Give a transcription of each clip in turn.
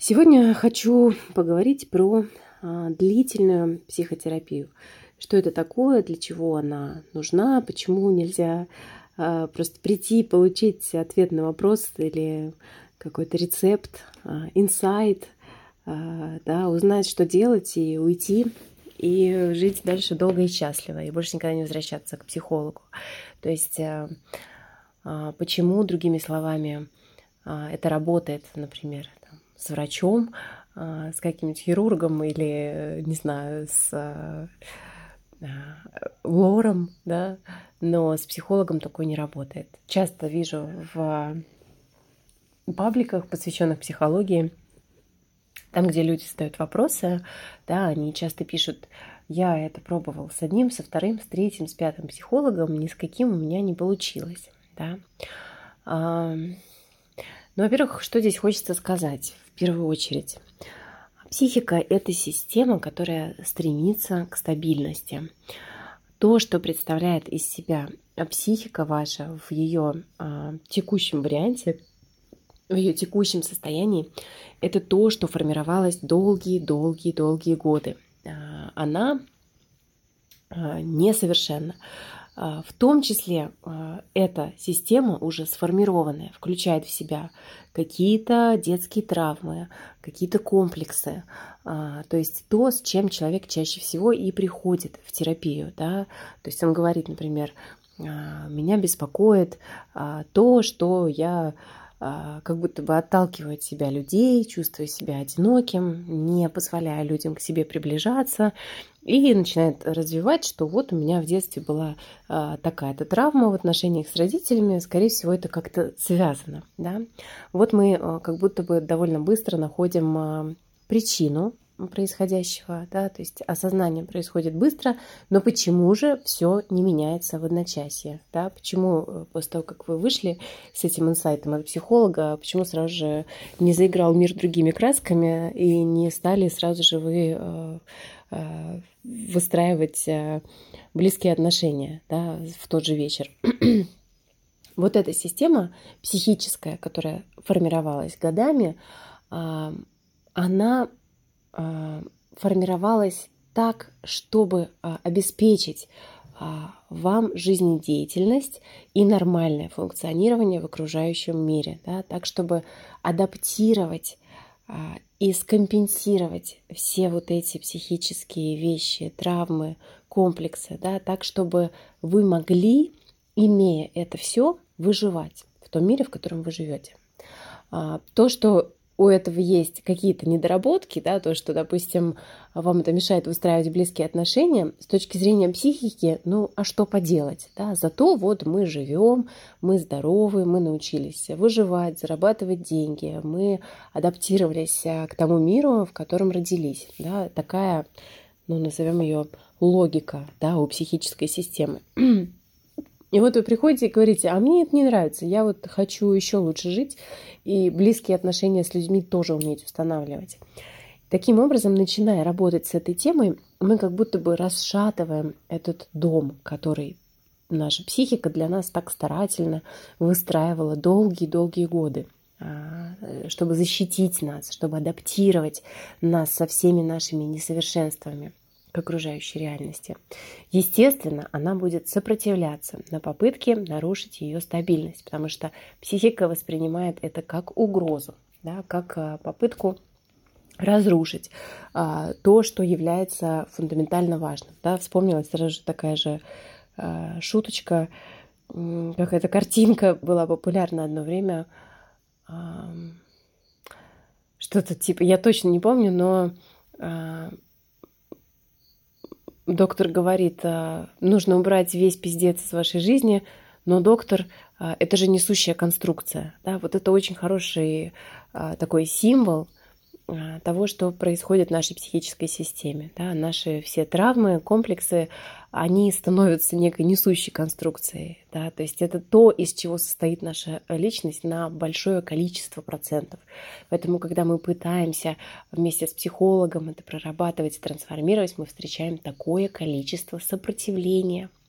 Сегодня хочу поговорить про длительную психотерапию. Что это такое, для чего она нужна, почему нельзя просто прийти, получить ответ на вопрос или какой-то рецепт, инсайт, да, узнать, что делать и уйти, и жить дальше долго и счастливо, и больше никогда не возвращаться к психологу. То есть почему, другими словами, это работает, например, там, с врачом, с каким-нибудь хирургом или, не знаю, с лором, да, но с психологом такое не работает. Часто вижу в пабликах, посвященных психологии, там, где люди задают вопросы, да, они часто пишут: я это пробовал с одним, со вторым, с третьим, с пятым психологом, ни с каким у меня не получилось, да. Ну, во-первых, что здесь хочется сказать в первую очередь? Психика – это система, которая стремится к стабильности. То, что представляет из себя психика ваша в ее текущем варианте, в ее текущем состоянии, это то, что формировалось долгие-долгие-долгие годы. Она несовершенна. В том числе эта система уже сформированная, включает в себя какие-то детские травмы, какие-то комплексы, то есть то, с чем человек чаще всего и приходит в терапию. Да? То есть он говорит, например: меня беспокоит то, что я как будто бы отталкиваю от себя людей, чувствую себя одиноким, не позволяя людям к себе приближаться, и начинает развивать, что вот у меня в детстве была такая-то травма в отношениях с родителями, скорее всего, это как-то связано. Да? Вот мы как будто бы довольно быстро находим причину происходящего, да, то есть осознание происходит быстро, но почему же все не меняется в одночасье, да, почему после того, как вы вышли с этим инсайтом от психолога, почему сразу же не заиграл мир другими красками и не стали сразу же вы выстраивать близкие отношения, да, в тот же вечер. Вот эта система психическая, которая формировалась годами, она формировалась так, чтобы обеспечить вам жизнедеятельность и нормальное функционирование в окружающем мире, да, так, чтобы адаптировать и скомпенсировать все вот эти психические вещи, травмы, комплексы, да, так, чтобы вы могли, имея это все, выживать в том мире, в котором вы живете. То, что у этого есть какие-то недоработки, да, то, что, допустим, вам это мешает выстраивать близкие отношения, с точки зрения психики, ну, а что поделать, да, зато вот мы живем, мы здоровы, мы научились выживать, зарабатывать деньги, мы адаптировались к тому миру, в котором родились, да, такая, ну, назовем ее логика, да, у психической системы. И вот вы приходите и говорите: а мне это не нравится, я вот хочу еще лучше жить и близкие отношения с людьми тоже уметь устанавливать. Таким образом, начиная работать с этой темой, мы как будто бы расшатываем этот дом, который наша психика для нас так старательно выстраивала долгие-долгие годы, чтобы защитить нас, чтобы адаптировать нас со всеми нашими несовершенствами к окружающей реальности. Естественно, она будет сопротивляться на попытке нарушить ее стабильность, потому что психика воспринимает это как угрозу, да, как попытку разрушить то, что является фундаментально важным. Да. Вспомнилась сразу же такая же шуточка, какая-то картинка была популярна одно время, что-то типа, я точно не помню, но доктор говорит: нужно убрать весь пиздец из вашей жизни, но доктор — это же несущая конструкция. Да? Вот это очень хороший такой символ того, что происходит в нашей психической системе. Да? Наши все травмы, комплексы, они становятся некой несущей конструкцией. Да? То есть это то, из чего состоит наша личность на большое количество процентов. Поэтому, когда мы пытаемся вместе с психологом это прорабатывать и трансформировать, мы встречаем такое количество сопротивления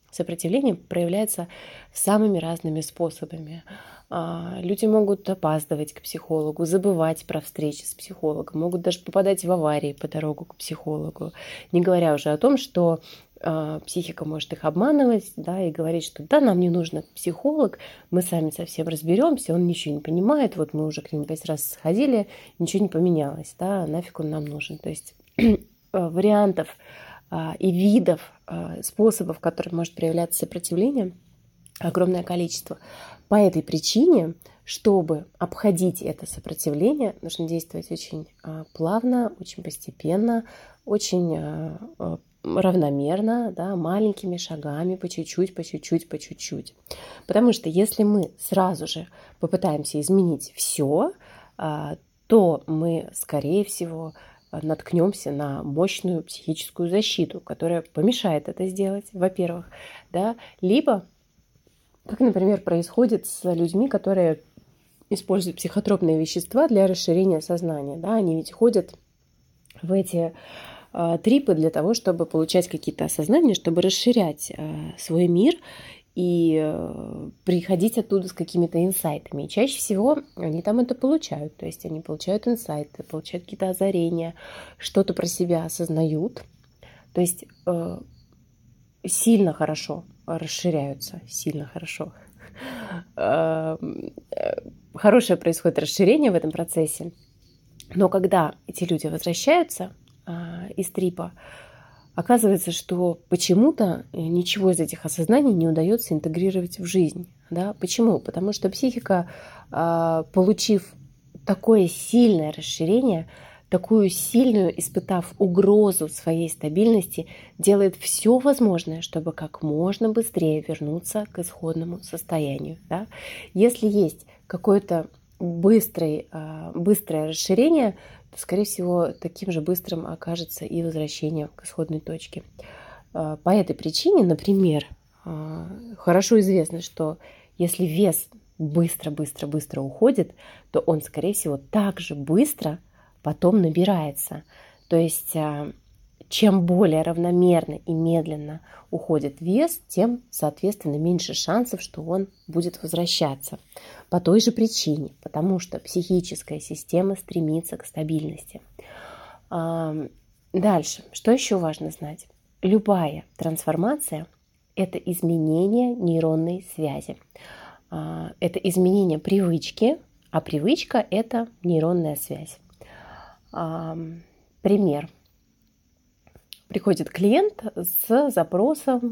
Сопротивление проявляется самыми разными способами. Люди могут опаздывать к психологу, забывать про встречи с психологом, могут даже попадать в аварии по дорогу к психологу. Не говоря уже о том, что психика может их обманывать, да, и говорить, что да, нам не нужен психолог, мы сами совсем разберемся, он ничего не понимает, вот мы уже к нему 5 раз сходили, ничего не поменялось, да, нафиг он нам нужен. То есть вариантов и видов, способов, которым может проявляться сопротивление, огромное количество. По этой причине, чтобы обходить это сопротивление, нужно действовать очень плавно, очень постепенно, очень равномерно, да, маленькими шагами, по чуть-чуть, по чуть-чуть, по чуть-чуть. Потому что если мы сразу же попытаемся изменить все, то мы, скорее всего, наткнемся на мощную психическую защиту, которая помешает это сделать, во-первых, да, либо, как, например, происходит с людьми, которые используют психотропные вещества для расширения сознания, да, они ведь ходят в эти трипы для того, чтобы получать какие-то осознания, чтобы расширять свой мир и приходить оттуда с какими-то инсайтами. И чаще всего они там это получают. То есть они получают инсайты, получают какие-то озарения, что-то про себя осознают. То есть сильно хорошо расширяются, сильно хорошо. Хорошее происходит расширение в этом процессе. Но когда эти люди возвращаются из трипа, оказывается, что почему-то ничего из этих осознаний не удается интегрировать в жизнь. Да? Почему? Потому что психика, получив такое сильное расширение, такую сильную, испытав угрозу своей стабильности, делает все возможное, чтобы как можно быстрее вернуться к исходному состоянию. Да? Если есть какое-то быстрое расширение, то, скорее всего, таким же быстрым окажется и возвращение к исходной точке. По этой причине, например, хорошо известно, что если вес быстро уходит, то он, скорее всего, также быстро потом набирается. То есть чем более равномерно и медленно уходит вес, тем, соответственно, меньше шансов, что он будет возвращаться. По той же причине, потому что психическая система стремится к стабильности. Дальше, что еще важно знать? Любая трансформация – это изменение нейронной связи. Это изменение привычки, а привычка – это нейронная связь. Пример. Приходит клиент с запросом,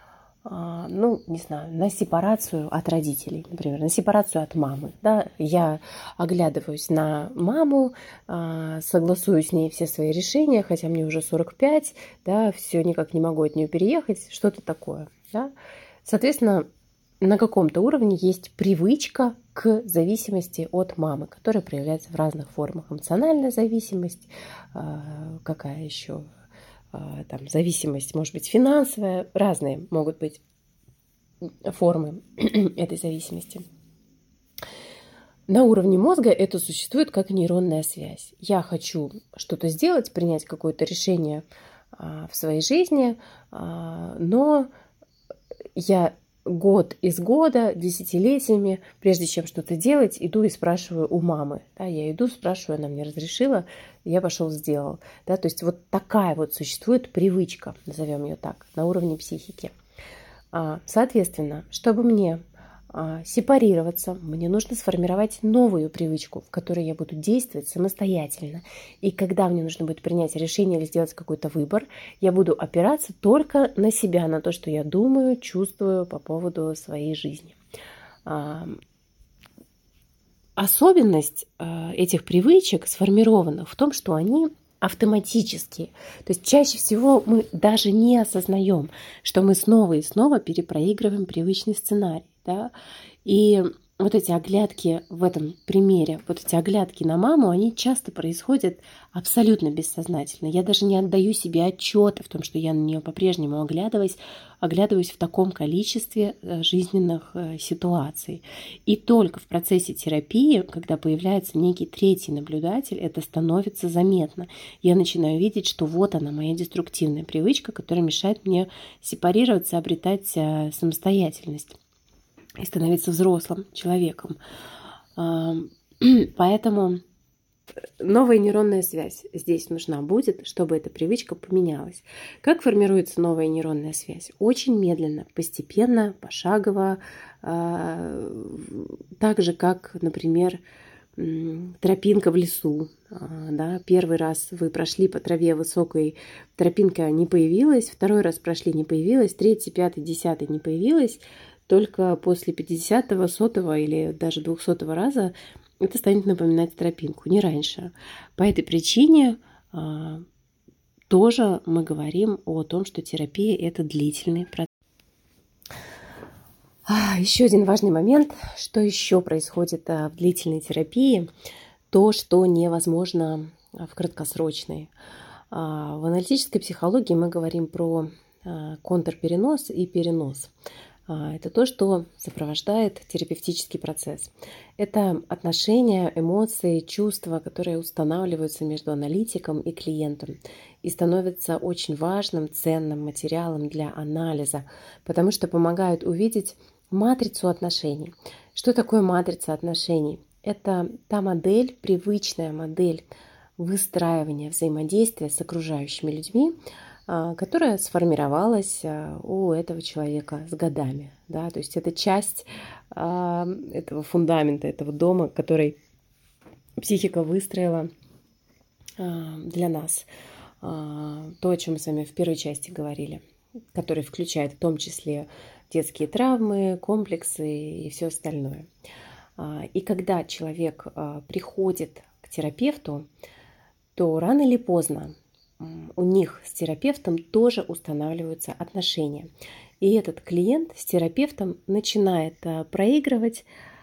на сепарацию от родителей, например, на сепарацию от мамы. Да? Я оглядываюсь на маму, согласую с ней все свои решения, хотя мне уже 45, да, все никак не могу от нее переехать, что-то такое. Да? Соответственно, на каком-то уровне есть привычка к зависимости от мамы, которая проявляется в разных формах. Эмоциональная зависимость, какая еще? Там, зависимость, может быть, финансовая, разные могут быть формы этой зависимости. На уровне мозга это существует как нейронная связь. Я хочу что-то сделать, принять какое-то решение в своей жизни, но я год из года, десятилетиями, прежде чем что-то делать, иду и спрашиваю у мамы. Да, я иду, спрашиваю, она мне разрешила, я пошел, сделал. Да, то есть вот такая вот существует привычка, назовем ее так, на уровне психики. Соответственно, чтобы мне сепарироваться, мне нужно сформировать новую привычку, в которой я буду действовать самостоятельно. И когда мне нужно будет принять решение или сделать какой-то выбор, я буду опираться только на себя, на то, что я думаю, чувствую по поводу своей жизни. Особенность этих привычек сформирована в том, что они автоматические. То есть чаще всего мы даже не осознаем, что мы снова и снова перепроигрываем привычный сценарий. Да? И вот эти оглядки в этом примере, вот эти оглядки на маму, они часто происходят абсолютно бессознательно. Я даже не отдаю себе отчета в том, что я на нее по-прежнему оглядываюсь в таком количестве жизненных ситуаций. И только в процессе терапии, когда появляется некий третий наблюдатель, это становится заметно. Я начинаю видеть, что вот она, моя деструктивная привычка, которая мешает мне сепарироваться, обретать самостоятельность и становиться взрослым человеком. Поэтому новая нейронная связь здесь нужна будет, чтобы эта привычка поменялась. Как формируется новая нейронная связь? Очень медленно, постепенно, пошагово, так же, как, например, тропинка в лесу. Да? Первый раз вы прошли по траве высокой, тропинка не появилась, второй раз прошли, не появилась, третий, пятый, десятый не появилась. Только после 50-го, 100-го или даже 200-го раза это станет напоминать тропинку, не раньше. По этой причине тоже мы говорим о том, что терапия – это длительный процесс. Еще один важный момент, что еще происходит в длительной терапии, то, что невозможно в краткосрочной. В аналитической психологии мы говорим про контрперенос и перенос. Это то, что сопровождает терапевтический процесс. Это отношения, эмоции, чувства, которые устанавливаются между аналитиком и клиентом и становятся очень важным, ценным материалом для анализа, потому что помогают увидеть матрицу отношений. Что такое матрица отношений? Это та модель, привычная модель выстраивания взаимодействия с окружающими людьми, которая сформировалась у этого человека с годами. Да? То есть это часть этого фундамента, этого дома, который психика выстроила для нас. То, о чем мы с вами в первой части говорили, который включает в том числе детские травмы, комплексы и все остальное. И когда человек приходит к терапевту, то рано или поздно у них с терапевтом тоже устанавливаются отношения. И этот клиент с терапевтом начинает проигрывать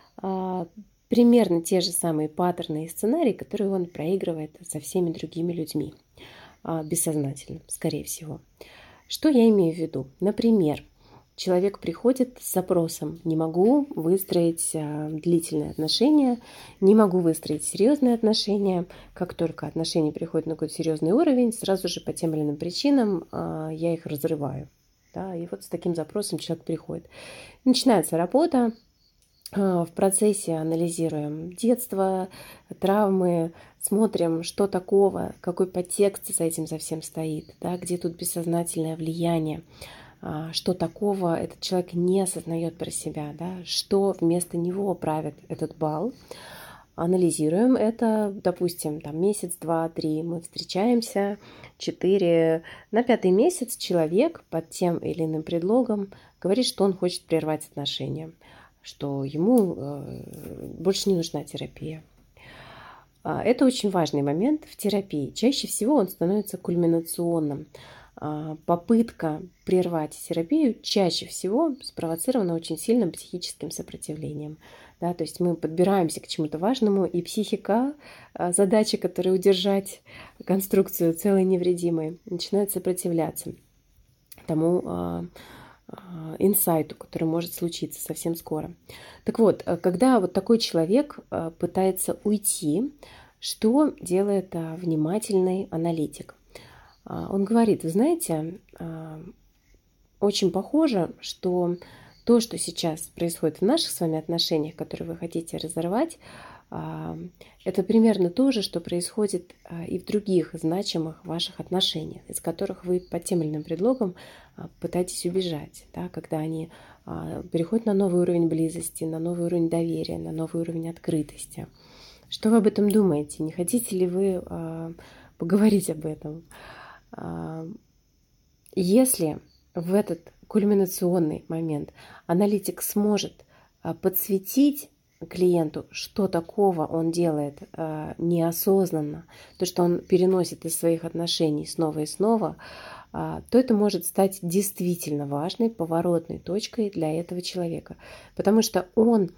примерно те же самые паттерны и сценарии, которые он проигрывает со всеми другими людьми. Бессознательно, скорее всего. Что я имею в виду? Например, человек приходит с запросом: не могу выстроить длительные отношения, не могу выстроить серьезные отношения. Как только отношения переходят на какой-то серьезный уровень, сразу же по тем или иным причинам я их разрываю. Да? И вот с таким запросом человек приходит. Начинается работа. В процессе анализируем детство, травмы, смотрим, что такого, какой подтекст за этим за всем стоит, да, где тут бессознательное влияние. Что такого этот человек не осознает про себя, да, что вместо него правит этот бал. Анализируем это, допустим, там месяц, два, три, мы встречаемся, 4. На 5-й месяц человек под тем или иным предлогом говорит, что он хочет прервать отношения, что ему больше не нужна терапия. Это очень важный момент в терапии. Чаще всего он становится кульминационным. Попытка прервать терапию чаще всего спровоцирована очень сильным психическим сопротивлением. Да, то есть мы подбираемся к чему-то важному, и психика, задача которой удержать конструкцию целой невредимой, начинает сопротивляться тому инсайту, который может случиться совсем скоро. Так вот, когда вот такой человек пытается уйти, что делает внимательный аналитик? Он говорит: вы знаете, очень похоже, что то, что сейчас происходит в наших с вами отношениях, которые вы хотите разорвать, это примерно то же, что происходит и в других значимых ваших отношениях, из которых вы под тем или иным предлогом пытаетесь убежать, да, когда они переходят на новый уровень близости, на новый уровень доверия, на новый уровень открытости. Что вы об этом думаете? Не хотите ли вы поговорить об этом? Если в этот кульминационный момент аналитик сможет подсветить клиенту, что такого он делает неосознанно, то, что он переносит из своих отношений снова и снова, то это может стать действительно важной поворотной точкой для этого человека. Потому что он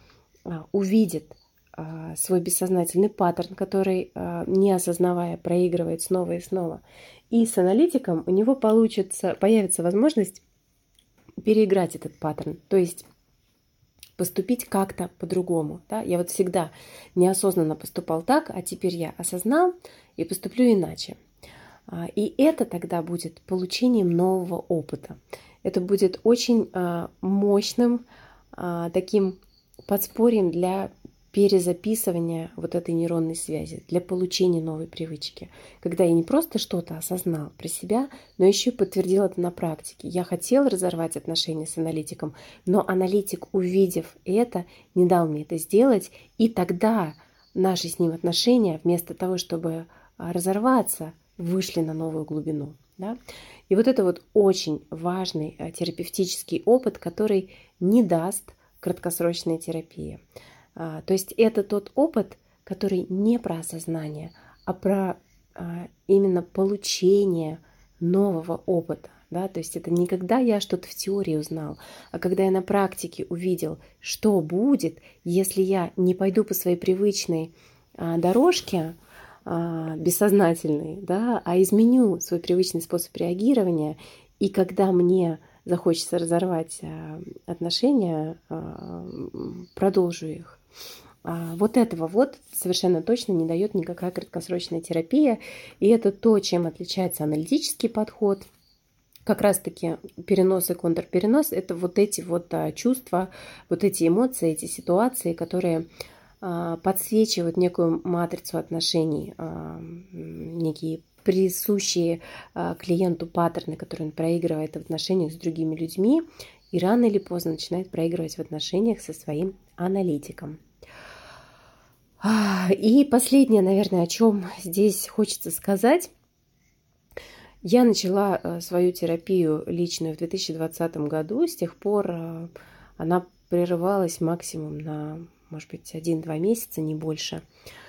увидит свой бессознательный паттерн, который, не осознавая, проигрывает снова и снова. И с аналитиком у него появится возможность переиграть этот паттерн, то есть поступить как-то по-другому. Да? Я вот всегда неосознанно поступал так, а теперь я осознал и поступлю иначе. И это тогда будет получением нового опыта. Это будет очень мощным таким подспорьем для перезаписывания вот этой нейронной связи, для получения новой привычки. Когда я не просто что-то осознал про себя, но еще и подтвердил это на практике. Я хотел разорвать отношения с аналитиком, но аналитик, увидев это, не дал мне это сделать, и тогда наши с ним отношения, вместо того, чтобы разорваться, вышли на новую глубину. Да? И вот это вот очень важный терапевтический опыт, который не даст краткосрочная терапия. То есть это тот опыт, который не про осознание, а про именно получение нового опыта. Да? То есть это не когда я что-то в теории узнал, а когда я на практике увидел, что будет, если я не пойду по своей привычной дорожке, бессознательной, да, а изменю свой привычный способ реагирования, и когда мне захочется разорвать отношения, продолжу их. Вот этого вот совершенно точно не дает никакая краткосрочная терапия. И это то, чем отличается аналитический подход. Как раз-таки перенос и контрперенос – это вот эти вот чувства, вот эти эмоции, эти ситуации, которые подсвечивают некую матрицу отношений, некие присущие клиенту паттерны, которые он проигрывает в отношениях с другими людьми, и рано или поздно начинает проигрывать в отношениях со своим аналитиком. И последнее, наверное, о чем здесь хочется сказать. Я начала свою терапию личную в 2020 году. С тех пор она прерывалась максимум на, может быть, 1-2 месяца, не больше.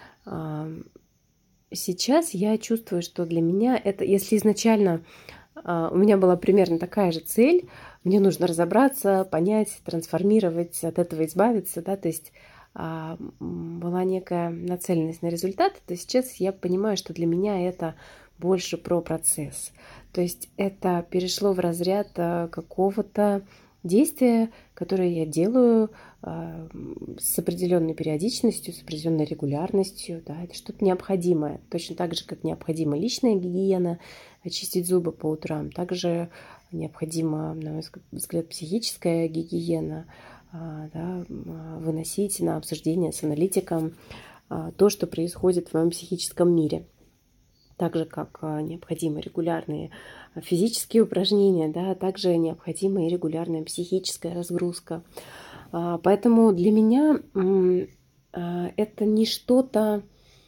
Сейчас я чувствую, что для меня это, если изначально у меня была примерно такая же цель, мне нужно разобраться, понять, трансформировать, от этого избавиться, да, то есть была некая нацеленность на результат, то сейчас я понимаю, что для меня это больше про процесс. То есть это перешло в разряд какого-то действия, которое я делаю с определенной периодичностью, с определенной регулярностью. Да, это что-то необходимое. Точно так же, как необходима личная гигиена, очистить зубы по утрам. Также необходима, на мой взгляд, психическая гигиена, да, выносить на обсуждение с аналитиком то, что происходит в моем психическом мире. Так же, как необходимы регулярные физические упражнения, да, также необходима и регулярная психическая разгрузка. Поэтому для меня это не что-то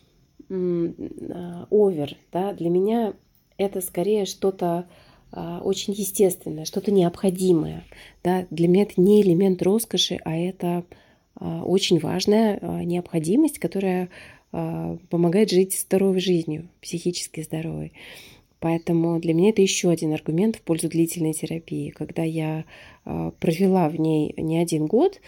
овер, да, для меня это скорее что-то очень естественное, что-то необходимое. Да. Для меня это не элемент роскоши, а это очень важная необходимость, которая помогает жить здоровой жизнью, психически здоровой. Поэтому для меня это еще один аргумент в пользу длительной терапии. Когда я провела в ней не 1 год,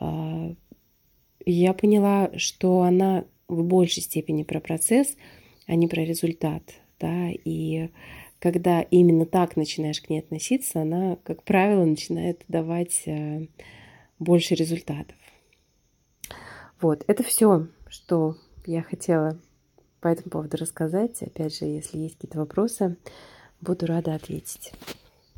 я поняла, что она в большей степени про процесс, а не про результат. Да? И когда именно так начинаешь к ней относиться, она, как правило, начинает давать больше результатов. Вот, это все, что я хотела по этому поводу рассказать. Опять же, если есть какие-то вопросы, буду рада ответить.